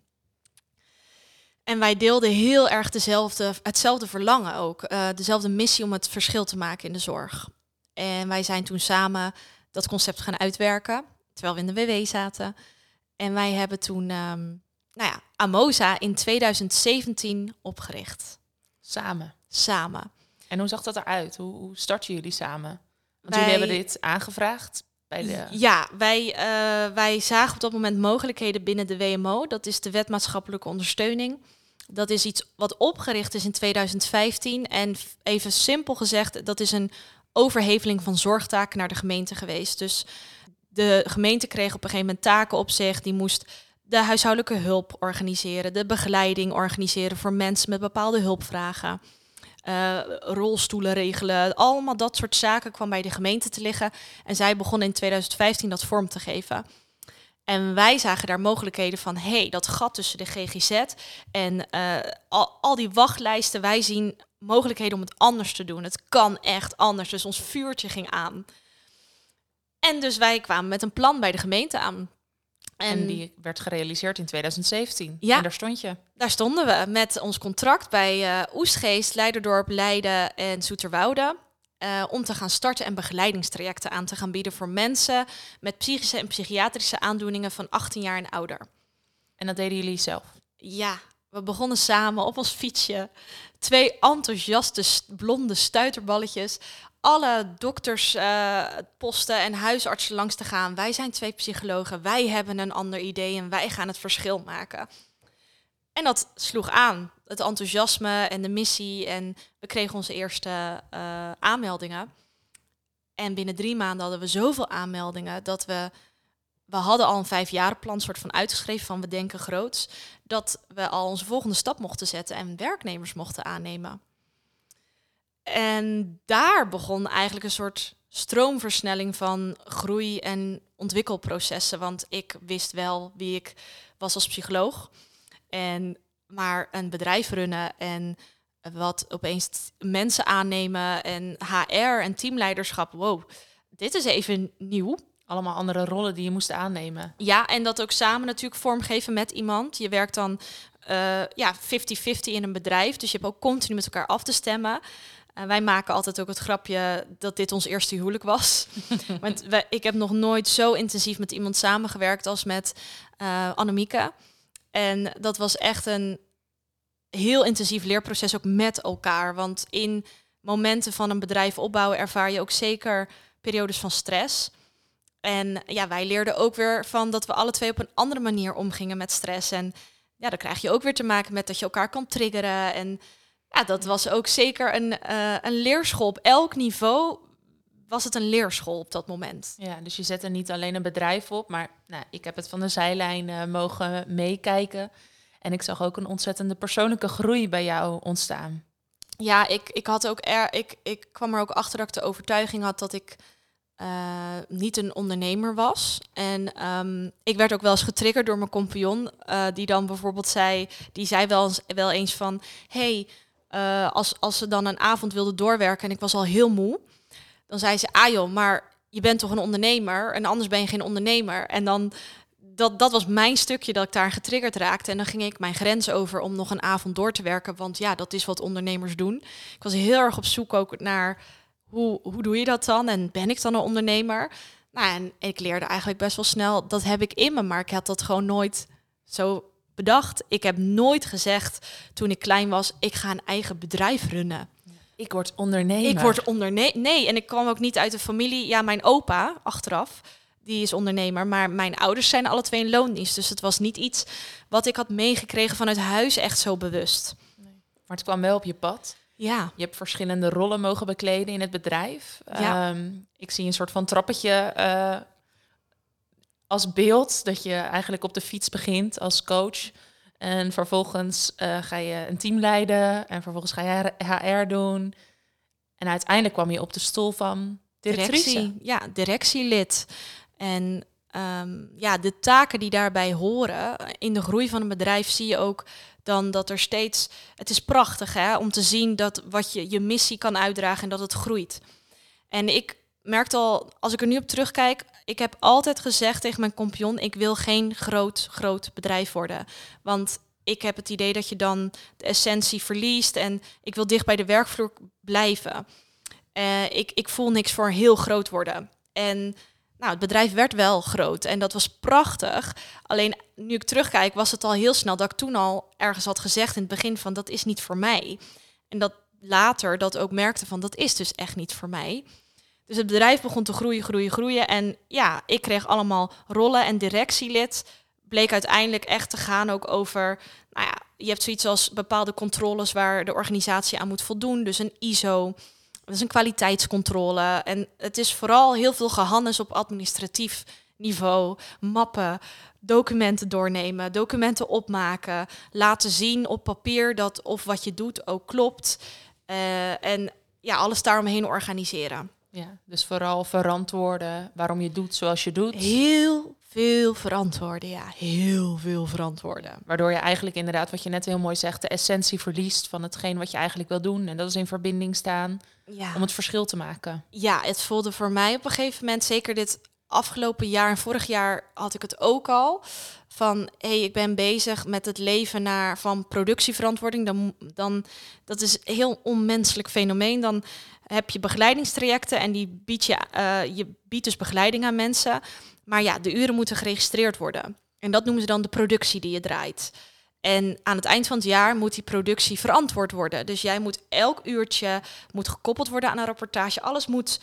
En wij deelden heel erg dezelfde, hetzelfde verlangen ook. Uh, dezelfde missie om het verschil te maken in de zorg. En wij zijn toen samen dat concept gaan uitwerken, terwijl we in de W W zaten. En wij hebben toen um, nou ja, Amosa in twintig zeventien opgericht. Samen. Samen. En hoe zag dat eruit? Hoe, hoe starten jullie samen? Want wij, jullie hebben dit aangevraagd bij de... Ja, wij, uh, wij zagen op dat moment mogelijkheden binnen de W M O. Dat is de Wet Maatschappelijke Ondersteuning. Dat is iets wat opgericht is in twintig vijftien. En even simpel gezegd, dat is een overheveling van zorgtaken naar de gemeente geweest. Dus de gemeente kreeg op een gegeven moment taken op zich. Die moest de huishoudelijke hulp organiseren, de begeleiding organiseren voor mensen met bepaalde hulpvragen. Uh, rolstoelen regelen, allemaal dat soort zaken kwam bij de gemeente te liggen. En zij begonnen in twintig vijftien dat vorm te geven. En wij zagen daar mogelijkheden van, hé, hey, dat gat tussen de G G Z en uh, al, al die wachtlijsten, wij zien mogelijkheden om het anders te doen. Het kan echt anders, dus ons vuurtje ging aan. En dus wij kwamen met een plan bij de gemeente aan. En, en die werd gerealiseerd in twintig zeventien. Ja, en daar stond je. Daar stonden we met ons contract bij uh, Oestgeest, Leiderdorp, Leiden en Zoeterwoude. Uh, om te gaan starten en begeleidingstrajecten aan te gaan bieden voor mensen met psychische en psychiatrische aandoeningen van achttien jaar en ouder. En dat deden jullie zelf? Ja, we begonnen samen op ons fietsje. Twee enthousiaste st- blonde stuiterballetjes. Alle doktersposten uh, en huisartsen langs te gaan. Wij zijn twee psychologen, wij hebben een ander idee en wij gaan het verschil maken. En dat sloeg aan, het enthousiasme en de missie. En we kregen onze eerste uh, aanmeldingen. En binnen drie maanden hadden we zoveel aanmeldingen dat we... We hadden al een vijfjarenplan soort van uitgeschreven van we denken groots. Dat we al onze volgende stap mochten zetten en werknemers mochten aannemen. En daar begon eigenlijk een soort stroomversnelling van groei- en ontwikkelprocessen. Want ik wist wel wie ik was als psycholoog. En maar een bedrijf runnen en wat opeens mensen aannemen en H R en teamleiderschap. Wow, dit is even nieuw. Allemaal andere rollen die je moest aannemen. Ja, en dat ook samen natuurlijk vormgeven met iemand. Je werkt dan uh, ja, vijftig vijftig in een bedrijf. Dus je hebt ook continu met elkaar af te stemmen. Uh, wij maken altijd ook het grapje dat dit ons eerste huwelijk was. Want wij, ik heb nog nooit zo intensief met iemand samengewerkt als met uh, Annemieke. En dat was echt een heel intensief leerproces ook met elkaar. Want in momenten van een bedrijf opbouwen ervaar je ook zeker periodes van stress. En ja, wij leerden ook weer van dat we alle twee op een andere manier omgingen met stress. En ja, dan krijg je ook weer te maken met dat je elkaar kan triggeren. En ja, dat was ook zeker een, uh, een leerschool. Op elk niveau was het een leerschool op dat moment. Ja, dus je zette niet alleen een bedrijf op, maar nou, ik heb het van de zijlijn uh, mogen meekijken. En ik zag ook een ontzettende persoonlijke groei bij jou ontstaan. Ja, ik, ik had ook er, ik, ik kwam er ook achter dat ik de overtuiging had dat ik uh, niet een ondernemer was. En um, ik werd ook wel eens getriggerd door mijn compagnon, uh, die dan bijvoorbeeld zei, die zei wel eens, wel eens van, hey, uh, als, als ze dan een avond wilde doorwerken en ik was al heel moe, dan zei ze, ah joh, maar je bent toch een ondernemer en anders ben je geen ondernemer. En dan, dat, dat was mijn stukje dat ik daar getriggerd raakte. En dan ging ik mijn grens over om nog een avond door te werken, want ja, dat is wat ondernemers doen. Ik was heel erg op zoek ook naar, hoe, hoe doe je dat dan? En ben ik dan een ondernemer? Nou, en ik leerde eigenlijk best wel snel, dat heb ik in me, maar ik had dat gewoon nooit zo bedacht. Ik heb nooit gezegd, toen ik klein was, ik ga een eigen bedrijf runnen. Ik word ondernemer. Ik word ondernemer. Nee, en ik kwam ook niet uit een familie. Ja, mijn opa, achteraf, die is ondernemer. Maar mijn ouders zijn alle twee in loondienst. Dus het was niet iets wat ik had meegekregen vanuit huis echt zo bewust. Nee. Maar het kwam wel op je pad. Ja. Je hebt verschillende rollen mogen bekleden in het bedrijf. Ja. Um, ik zie een soort van trappetje uh, als beeld. Dat je eigenlijk op de fiets begint als coach. En vervolgens uh, ga je een team leiden. En vervolgens ga je H R doen. En uiteindelijk kwam je op de stoel van directrice. Directie, ja, directielid. En um, ja, de taken die daarbij horen. In de groei van een bedrijf zie je ook dan dat er steeds... Het is prachtig hè, om te zien dat wat je, je missie kan uitdragen en dat het groeit. En ik merkte al, als ik er nu op terugkijk, ik heb altijd gezegd tegen mijn compagnon, ik wil geen groot, groot bedrijf worden. Want ik heb het idee dat je dan de essentie verliest en ik wil dicht bij de werkvloer blijven. Uh, ik, ik voel niks voor heel groot worden. En nou, het bedrijf werd wel groot en dat was prachtig. Alleen nu ik terugkijk, was het al heel snel dat ik toen al ergens had gezegd in het begin van dat is niet voor mij. En dat later dat ook merkte van dat is dus echt niet voor mij. Dus het bedrijf begon te groeien, groeien, groeien. En ja, ik kreeg allemaal rollen en directielid. Bleek uiteindelijk echt te gaan ook over, nou ja, je hebt zoiets als bepaalde controles waar de organisatie aan moet voldoen. Dus een I S O, dat is een kwaliteitscontrole. En het is vooral heel veel gehannes op administratief niveau. Mappen, documenten doornemen, documenten opmaken. Laten zien op papier dat of wat je doet ook klopt. Uh, en ja, alles daaromheen organiseren. Ja, dus vooral verantwoorden waarom je doet zoals je doet. Heel veel verantwoorden, ja. Heel veel verantwoorden. Waardoor je eigenlijk inderdaad, wat je net heel mooi zegt, de essentie verliest van hetgeen wat je eigenlijk wil doen. En dat is in verbinding staan ja. om het verschil te maken. Ja, het voelde voor mij op een gegeven moment, zeker dit afgelopen jaar en vorig jaar had ik het ook al, van hé, hey, ik ben bezig met het leven naar van productieverantwoording. Dan, dan, dat is een heel onmenselijk fenomeen. Dan heb je begeleidingstrajecten en die bied je, uh, je biedt dus begeleiding aan mensen. Maar ja, de uren moeten geregistreerd worden. En dat noemen ze dan de productie die je draait. En aan het eind van het jaar moet die productie verantwoord worden. Dus jij moet elk uurtje moet gekoppeld worden aan een rapportage. Alles moet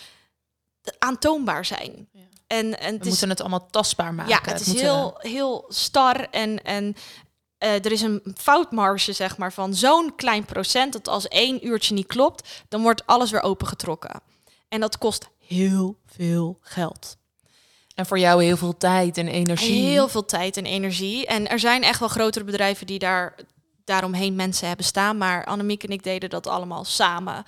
aantoonbaar zijn. Ja. En, en We moeten het allemaal tastbaar maken. Ja, het, het is moet heel, een... heel star en... en Uh, er is een foutmarge, zeg maar, van zo'n klein procent dat als één uurtje niet klopt, dan wordt alles weer opengetrokken. En dat kost heel veel geld. En voor jou heel veel tijd en energie. Heel veel tijd en energie. En er zijn echt wel grotere bedrijven die daar daaromheen mensen hebben staan. Maar Annemiek en ik deden dat allemaal samen.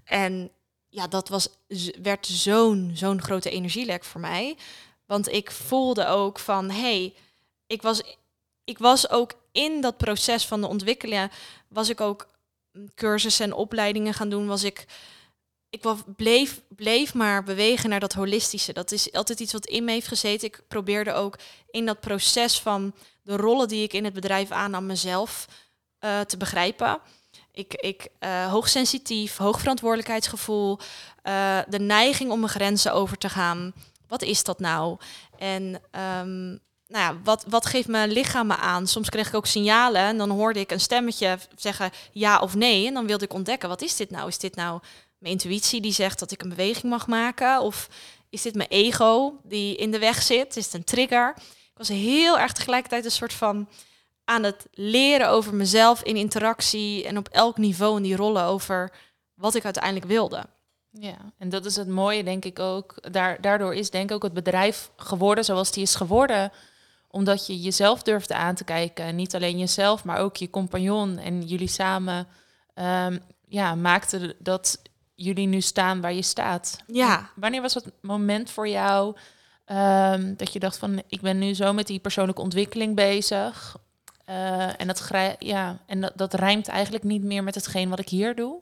En ja, dat was, werd zo'n, zo'n grote energielek voor mij. Want ik voelde ook van, hé, hey, ik was... Ik was ook in dat proces van de ontwikkeling, was ik ook cursussen en opleidingen gaan doen. Was ik, ik was, bleef, bleef maar bewegen naar dat holistische. Dat is altijd iets wat in me heeft gezeten. Ik probeerde ook in dat proces van de rollen die ik in het bedrijf aannam mezelf uh, te begrijpen. Ik, ik uh, hoogsensitief, hoog verantwoordelijkheidsgevoel, uh, de neiging om mijn grenzen over te gaan. Wat is dat nou? En um, nou ja, wat, wat geeft mijn lichaam me aan? Soms kreeg ik ook signalen en dan hoorde ik een stemmetje zeggen ja of nee. En dan wilde ik ontdekken, wat is dit nou? Is dit nou mijn intuïtie die zegt dat ik een beweging mag maken? Of is dit mijn ego die in de weg zit? Is het een trigger? Ik was heel erg tegelijkertijd een soort van aan het leren over mezelf in interactie en op elk niveau in die rollen over wat ik uiteindelijk wilde. Ja, en dat is het mooie, denk ik ook. Daar, daardoor is denk ik ook het bedrijf geworden zoals die is geworden, omdat je jezelf durfde aan te kijken. Niet alleen jezelf, maar ook je compagnon. En jullie samen um, ja, maakten dat jullie nu staan waar je staat. Ja. Wanneer was het moment voor jou um, dat je dacht van, ik ben nu zo met die persoonlijke ontwikkeling bezig. Uh, en dat, grij- ja, en dat, dat rijmt eigenlijk niet meer met hetgeen wat ik hier doe?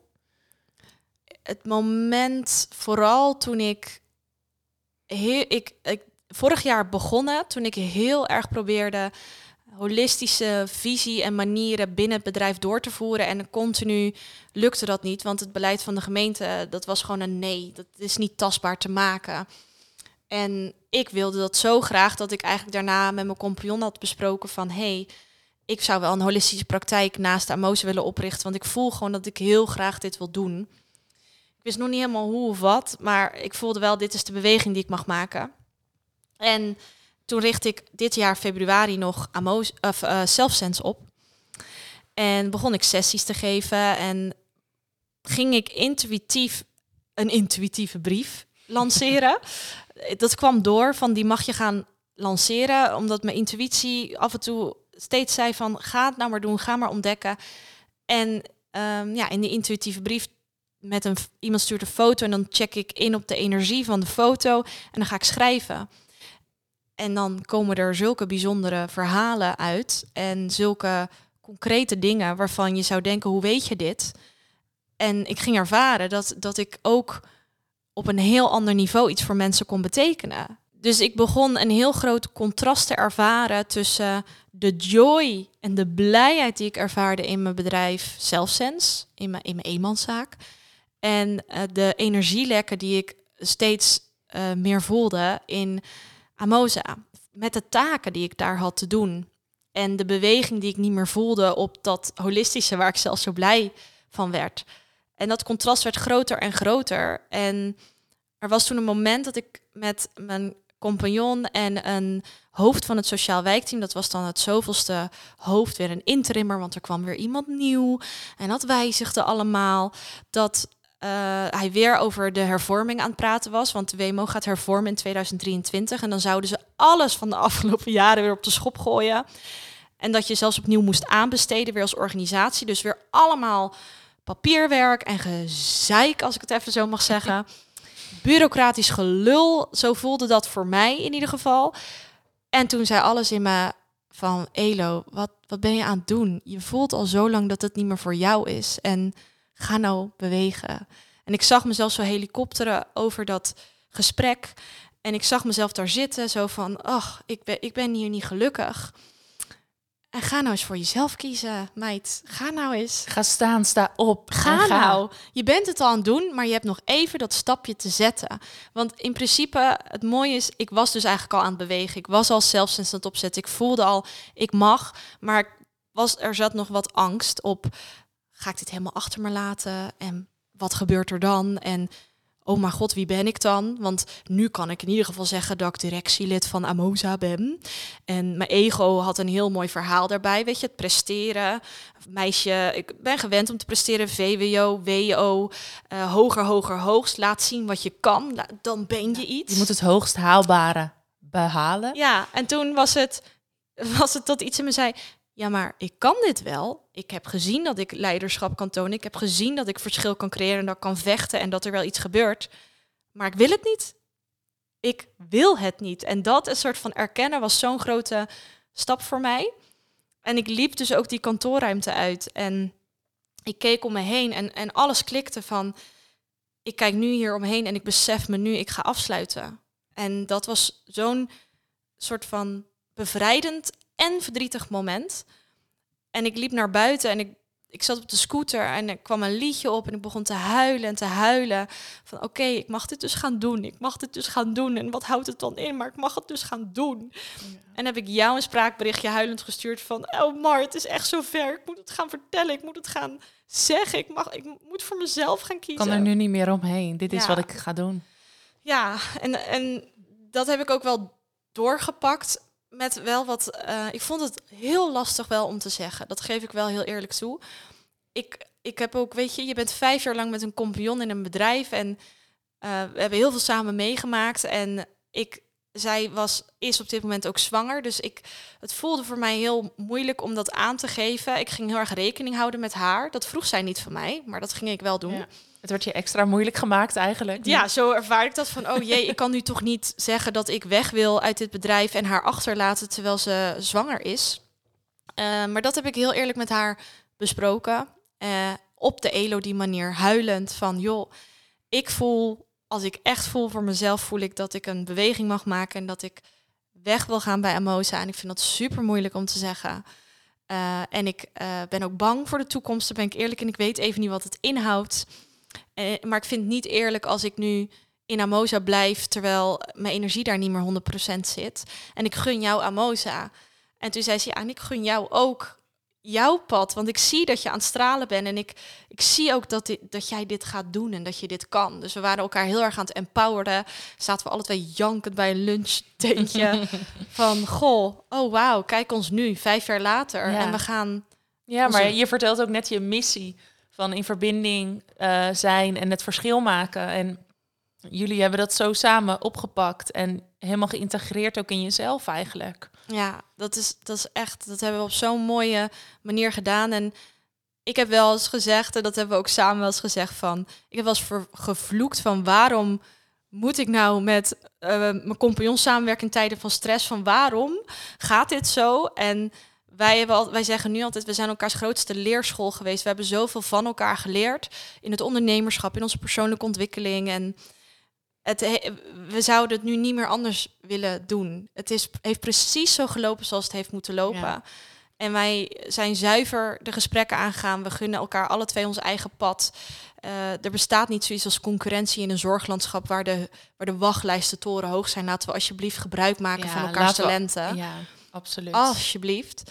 Het moment vooral toen ik... Heel, ik, ik vorig jaar begonnen, toen ik heel erg probeerde holistische visie en manieren binnen het bedrijf door te voeren. En continu lukte dat niet, want het beleid van de gemeente, dat was gewoon een nee. Dat is niet tastbaar te maken. En ik wilde dat zo graag dat ik eigenlijk daarna met mijn compagnon had besproken van, hey, ik zou wel een holistische praktijk naast Amoza willen oprichten, want ik voel gewoon dat ik heel graag dit wil doen. Ik wist nog niet helemaal hoe of wat, maar ik voelde wel, dit is de beweging die ik mag maken. En toen richtte ik dit jaar februari nog Amoza, of uh, Selfsense op. En begon ik sessies te geven en ging ik intuïtief een intuïtieve brief lanceren. Dat kwam door van, die mag je gaan lanceren, omdat mijn intuïtie af en toe steeds zei van, ga het nou maar doen, ga maar ontdekken. En um, ja, in die intuïtieve brief met een iemand stuurt een foto en dan check ik in op de energie van de foto en dan ga ik schrijven. En dan komen er zulke bijzondere verhalen uit en zulke concrete dingen waarvan je zou denken, hoe weet je dit? En ik ging ervaren dat, dat ik ook op een heel ander niveau iets voor mensen kon betekenen. Dus ik begon een heel groot contrast te ervaren tussen de joy en de blijheid die ik ervaarde in mijn bedrijf Selfsense, in mijn, in mijn eenmanszaak. En uh, de energielekken die ik steeds uh, meer voelde in Amoza. Met de taken die ik daar had te doen. En de beweging die ik niet meer voelde op dat holistische waar ik zelfs zo blij van werd. En dat contrast werd groter en groter. En er was toen een moment dat ik met mijn compagnon en een hoofd van het sociaal wijkteam, dat was dan het zoveelste hoofd, weer een interimmer, want er kwam weer iemand nieuw. En dat wijzigde allemaal. Dat uh, hij weer over de hervorming aan het praten was, want de W M O gaat hervormen in tweeduizend drieëntwintig. En dan zouden ze alles van de afgelopen jaren weer op de schop gooien. En dat je zelfs opnieuw moest aanbesteden, weer als organisatie. Dus weer allemaal papierwerk en gezeik, als ik het even zo mag zeggen. Bureaucratisch gelul, zo voelde dat voor mij in ieder geval. En toen zei alles in me van, Elo, wat, wat ben je aan het doen? Je voelt al zo lang dat het niet meer voor jou is. En ga nou bewegen. En ik zag mezelf zo helikopteren over dat gesprek. En ik zag mezelf daar zitten, zo van, ach, ik ben, ik ben hier niet gelukkig. En ga nou eens voor jezelf kiezen, meid. Ga nou eens. Ga staan, sta op. Ga, ga nou. Je bent het al aan het doen, maar je hebt nog even dat stapje te zetten. Want in principe, het mooie is, ik was dus eigenlijk al aan het bewegen. Ik was al Selfsense aan het opzetten. Ik voelde al, ik mag. Maar ik was, er zat nog wat angst op, ga ik dit helemaal achter me laten? En wat gebeurt er dan? En oh mijn god, wie ben ik dan? Want nu kan ik in ieder geval zeggen dat ik directielid van Amoza ben. En mijn ego had een heel mooi verhaal daarbij. Weet je, het presteren. Meisje, ik ben gewend om te presteren. V W O, W O, uh, hoger, hoger, hoogst. Laat zien wat je kan. Dan ben je iets. Je moet het hoogst haalbare behalen. Ja, en toen was het, was het dat iets in me zei, ja, maar ik kan dit wel. Ik heb gezien dat ik leiderschap kan tonen. Ik heb gezien dat ik verschil kan creëren en dat ik kan vechten en dat er wel iets gebeurt. Maar ik wil het niet. Ik wil het niet. En dat een soort van erkennen was zo'n grote stap voor mij. En ik liep dus ook die kantoorruimte uit. En ik keek om me heen en, en alles klikte van, ik kijk nu hier omheen en ik besef me nu, ik ga afsluiten. En dat was zo'n soort van bevrijdend en verdrietig moment. En ik liep naar buiten en ik, ik zat op de scooter en er kwam een liedje op en ik begon te huilen en te huilen. Van oké, okay, ik mag dit dus gaan doen. Ik mag dit dus gaan doen. En wat houdt het dan in? Maar ik mag het dus gaan doen. Ja. En heb ik jou een spraakberichtje huilend gestuurd van, oh Mar, het is echt zover. Ik moet het gaan vertellen. Ik moet het gaan zeggen. Ik, mag, ik moet voor mezelf gaan kiezen. Ik kan er nu niet meer omheen. Dit is ja. wat ik ga doen. Ja, en, en dat heb ik ook wel doorgepakt. Met wel wat, uh, ik vond het heel lastig wel om te zeggen. Dat geef ik wel heel eerlijk toe. Ik, ik heb ook, weet je, je bent vijf jaar lang met een compagnon in een bedrijf. En uh, we hebben heel veel samen meegemaakt. En ik, zij was, is op dit moment ook zwanger. Dus ik, het voelde voor mij heel moeilijk om dat aan te geven. Ik ging heel erg rekening houden met haar. Dat vroeg zij niet van mij, maar dat ging ik wel doen. Ja. Het wordt je extra moeilijk gemaakt eigenlijk. Ja, zo ervaar ik dat van, oh jee, ik kan nu toch niet zeggen dat ik weg wil uit dit bedrijf en haar achterlaten terwijl ze zwanger is. Uh, maar dat heb ik heel eerlijk met haar besproken. Uh, op de Elodie manier, huilend van, joh, ik voel, als ik echt voel voor mezelf, voel ik dat ik een beweging mag maken en dat ik weg wil gaan bij Amosa. En ik vind dat super moeilijk om te zeggen. Uh, en ik uh, ben ook bang voor de toekomst, daar ben ik eerlijk in. Ik weet even niet wat het inhoudt. Uh, maar ik vind het niet eerlijk als ik nu in Amosa blijf, terwijl mijn energie daar niet meer honderd procent zit. En ik gun jou Amosa. En toen zei ze, ja, en ik gun jou ook jouw pad, want ik zie dat je aan het stralen bent en ik, ik zie ook dat, dit, dat jij dit gaat doen en dat je dit kan. Dus we waren elkaar heel erg aan het empoweren. Zaten we alle twee jankend bij een lunchtentje van, goh, oh wauw, kijk ons nu, vijf jaar later. Ja. En we gaan... Ja, onze... maar je vertelt ook net je missie van in verbinding uh, zijn en het verschil maken. En jullie hebben dat zo samen opgepakt en helemaal geïntegreerd ook in jezelf eigenlijk. Ja, dat is, dat is echt, dat hebben we op zo'n mooie manier gedaan. En ik heb wel eens gezegd, en dat hebben we ook samen wel eens gezegd van, ik heb wel eens ver, gevloekt van waarom moet ik nou met uh, mijn compagnon samenwerken in tijden van stress, van waarom gaat dit zo? En wij, hebben al, wij zeggen nu altijd, we zijn elkaars grootste leerschool geweest. We hebben zoveel van elkaar geleerd in het ondernemerschap, in onze persoonlijke ontwikkeling. En het, we zouden het nu niet meer anders willen doen. Het is, heeft precies zo gelopen zoals het heeft moeten lopen. Ja. En wij zijn zuiver de gesprekken aangegaan. We gunnen elkaar alle twee ons eigen pad. Uh, er bestaat niet zoiets als concurrentie in een zorglandschap waar de, waar de wachtlijsten torenhoog zijn. Laten we alsjeblieft gebruik maken ja, van elkaars talenten. Ja, absoluut. Alsjeblieft.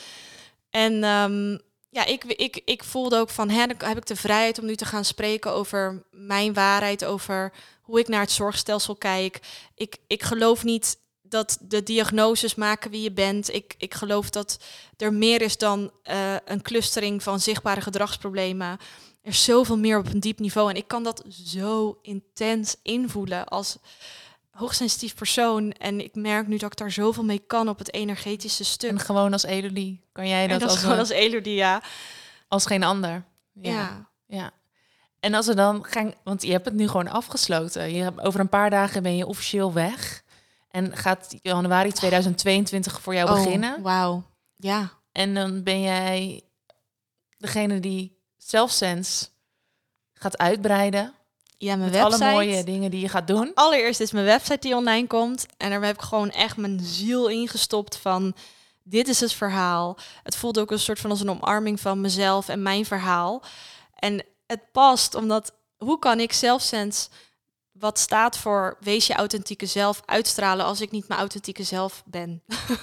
En um, ja, ik, ik, ik voelde ook van, hè, dan heb ik de vrijheid om nu te gaan spreken over mijn waarheid, over hoe ik naar het zorgstelsel kijk. Ik, ik geloof niet dat de diagnoses maken wie je bent. Ik, ik geloof dat er meer is dan uh, een clustering van zichtbare gedragsproblemen. Er is zoveel meer op een diep niveau. En ik kan dat zo intens invoelen als hoogsensitief persoon. En ik merk nu dat ik daar zoveel mee kan op het energetische stuk. En gewoon als Elodie kan jij dat, en dat als gewoon een, als Elodie, ja. Als geen ander. Ja. ja. ja. En als we dan gaan, want je hebt het nu gewoon afgesloten. Je hebt, over een paar dagen ben je officieel weg. En gaat januari tweeduizend tweeëntwintig voor jou oh, beginnen. Wauw, ja. En dan ben jij degene die Selfsense gaat uitbreiden. Ja, mijn met website. Alle mooie dingen die je gaat doen. Allereerst is mijn website die online komt. En daar heb ik gewoon echt mijn ziel ingestopt van, dit is het verhaal. Het voelt ook een soort van als een omarming van mezelf en mijn verhaal. En het past, omdat hoe kan ik Selfsense, wat staat voor wees je authentieke zelf, uitstralen als ik niet mijn authentieke zelf ben.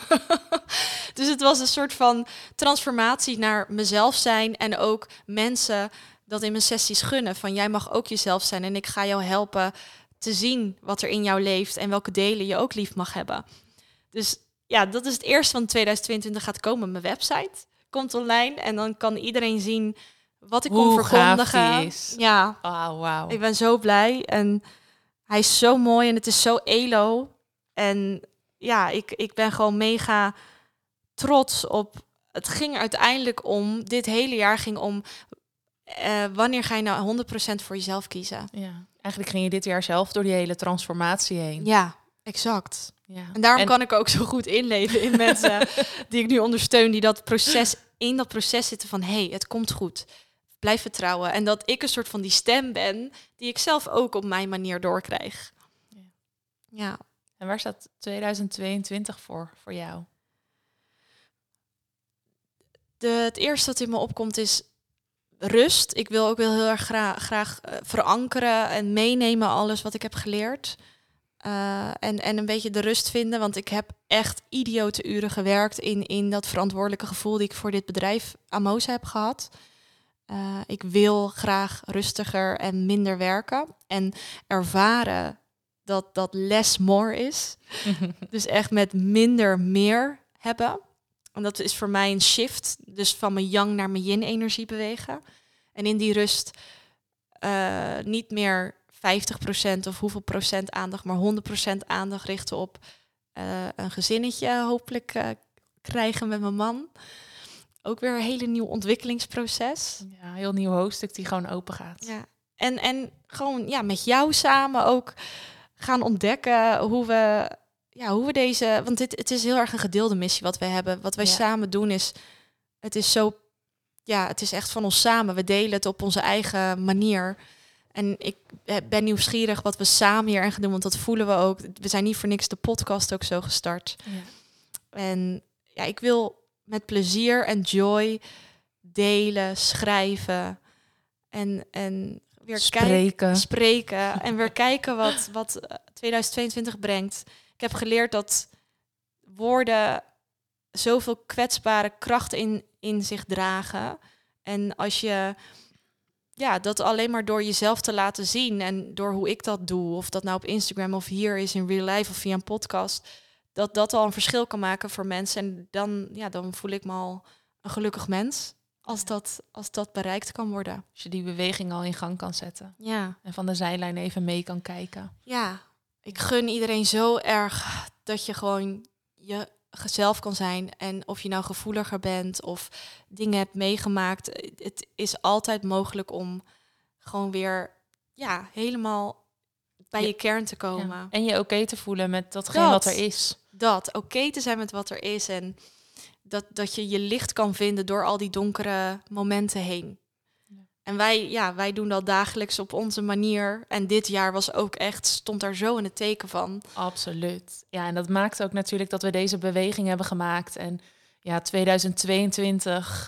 Dus het was een soort van transformatie naar mezelf zijn en ook mensen dat in mijn sessies gunnen van jij mag ook jezelf zijn en ik ga jou helpen te zien wat er in jou leeft en welke delen je ook lief mag hebben. Dus ja, dat is het eerste van tweeduizend tweeëntwintig gaat komen. Mijn website komt online en dan kan iedereen zien wat ik Hoe kom verkondigen. Gaaf die is. Ja, wow, wow. Ik ben zo blij en hij is zo mooi en het is zo elo. En ja, ik, ik ben gewoon mega trots op. Het ging uiteindelijk om, dit hele jaar ging om, uh, wanneer ga je nou honderd procent voor jezelf kiezen? Ja, eigenlijk ging je dit jaar zelf door die hele transformatie heen. Ja, exact. Ja. En daarom en... kan ik ook zo goed inleven in mensen die ik nu ondersteun, die dat proces, in dat proces zitten van, hé, hey, het komt goed. Blijf vertrouwen. En dat ik een soort van die stem ben die ik zelf ook op mijn manier doorkrijg. Ja. ja. En waar staat tweeduizend tweeëntwintig voor, voor jou? De, het eerste wat in me opkomt is rust. Ik wil ook wel heel erg gra- graag uh, verankeren en meenemen alles wat ik heb geleerd. Uh, en, en een beetje de rust vinden, want ik heb echt idiote uren gewerkt in, in dat verantwoordelijke gevoel die ik voor dit bedrijf Amosa heb gehad. Uh, ik wil graag rustiger en minder werken en ervaren dat dat less more is. Dus echt met minder meer hebben. En dat is voor mij een shift. Dus van mijn yang naar mijn yin energie bewegen. En in die rust uh, niet meer vijftig procent of hoeveel procent aandacht, maar honderd procent aandacht richten op uh, een gezinnetje hopelijk uh, krijgen met mijn man. Ook weer een hele nieuw ontwikkelingsproces. Ja, een heel nieuw hoofdstuk die gewoon open gaat. Ja, En, en gewoon ja, met jou samen ook gaan ontdekken hoe we, ja, hoe we deze... Want dit, het is heel erg een gedeelde missie wat we hebben. Wat wij ja. samen doen is... Het is zo... Ja, het is echt van ons samen. We delen het op onze eigen manier. En ik ben nieuwsgierig wat we samen hier aan gaan doen. Want dat voelen we ook. We zijn niet voor niks de podcast ook zo gestart. Ja. En ja, ik wil met plezier en joy delen, schrijven... En, en weer spreken. Kijk, spreken en weer kijken wat, wat tweeduizend tweeëntwintig brengt. Ik heb geleerd dat woorden zoveel kwetsbare kracht in, in zich dragen. En als je ja, dat alleen maar door jezelf te laten zien en door hoe ik dat doe, of dat nou op Instagram of hier is in real life of via een podcast, dat dat al een verschil kan maken voor mensen. En dan, ja, dan voel ik me al een gelukkig mens. Als dat, als dat bereikt kan worden. Als je die beweging al in gang kan zetten. Ja. En van de zijlijn even mee kan kijken. Ja, ik gun iedereen zo erg dat je gewoon jezelf kan zijn. En of je nou gevoeliger bent of dingen hebt meegemaakt. Het is altijd mogelijk om gewoon weer ja, helemaal bij ja. je kern te komen. Ja. En je oké okay te voelen met datgene dat, wat er is. Dat, oké okay te zijn met wat er is en... Dat, dat je je licht kan vinden door al die donkere momenten heen. Ja. En wij, ja, wij doen dat dagelijks op onze manier. En dit jaar was ook echt, stond daar zo in het teken van. Absoluut. Ja, en dat maakt ook natuurlijk dat we deze beweging hebben gemaakt. En ja, tweeduizend tweeëntwintig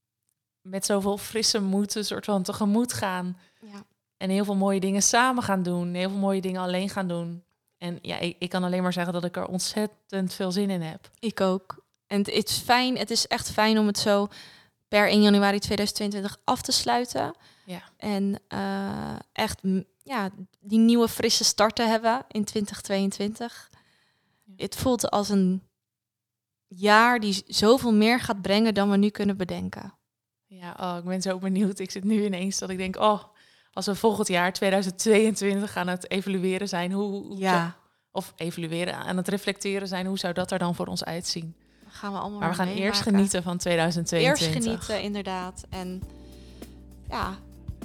met zoveel frisse moed een soort van tegemoet gaan. Ja. En heel veel mooie dingen samen gaan doen. Heel veel mooie dingen alleen gaan doen. En ja, ik, ik kan alleen maar zeggen dat ik er ontzettend veel zin in heb. Ik ook. En het is fijn, het is echt fijn om het zo per één januari tweeduizend tweeëntwintig af te sluiten. Ja. En uh, echt ja, die nieuwe frisse start te hebben in twintig tweeëntwintig. Ja. Het voelt als een jaar die zoveel meer gaat brengen dan we nu kunnen bedenken. Ja, oh, ik ben zo benieuwd. Ik zit nu ineens dat ik denk, oh, als we volgend jaar tweeduizend tweeëntwintig gaan het evalueren zijn, hoe, hoe ja. zou, of evalueren aan het reflecteren zijn, hoe zou dat er dan voor ons uitzien? Gaan we allemaal maar we gaan meemaken. Eerst genieten van tweeduizend tweeëntwintig. Eerst genieten, inderdaad. En ja.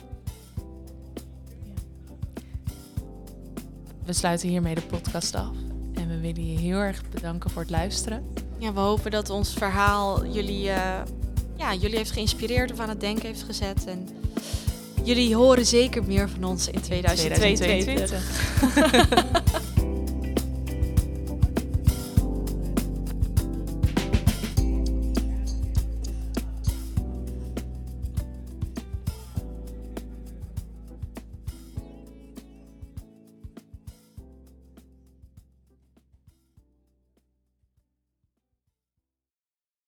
We sluiten hiermee de podcast af. En we willen je heel erg bedanken voor het luisteren. Ja, we hopen dat ons verhaal jullie, uh, ja, jullie heeft geïnspireerd of aan het denken heeft gezet. En jullie horen zeker meer van ons in tweeduizend tweeëntwintig.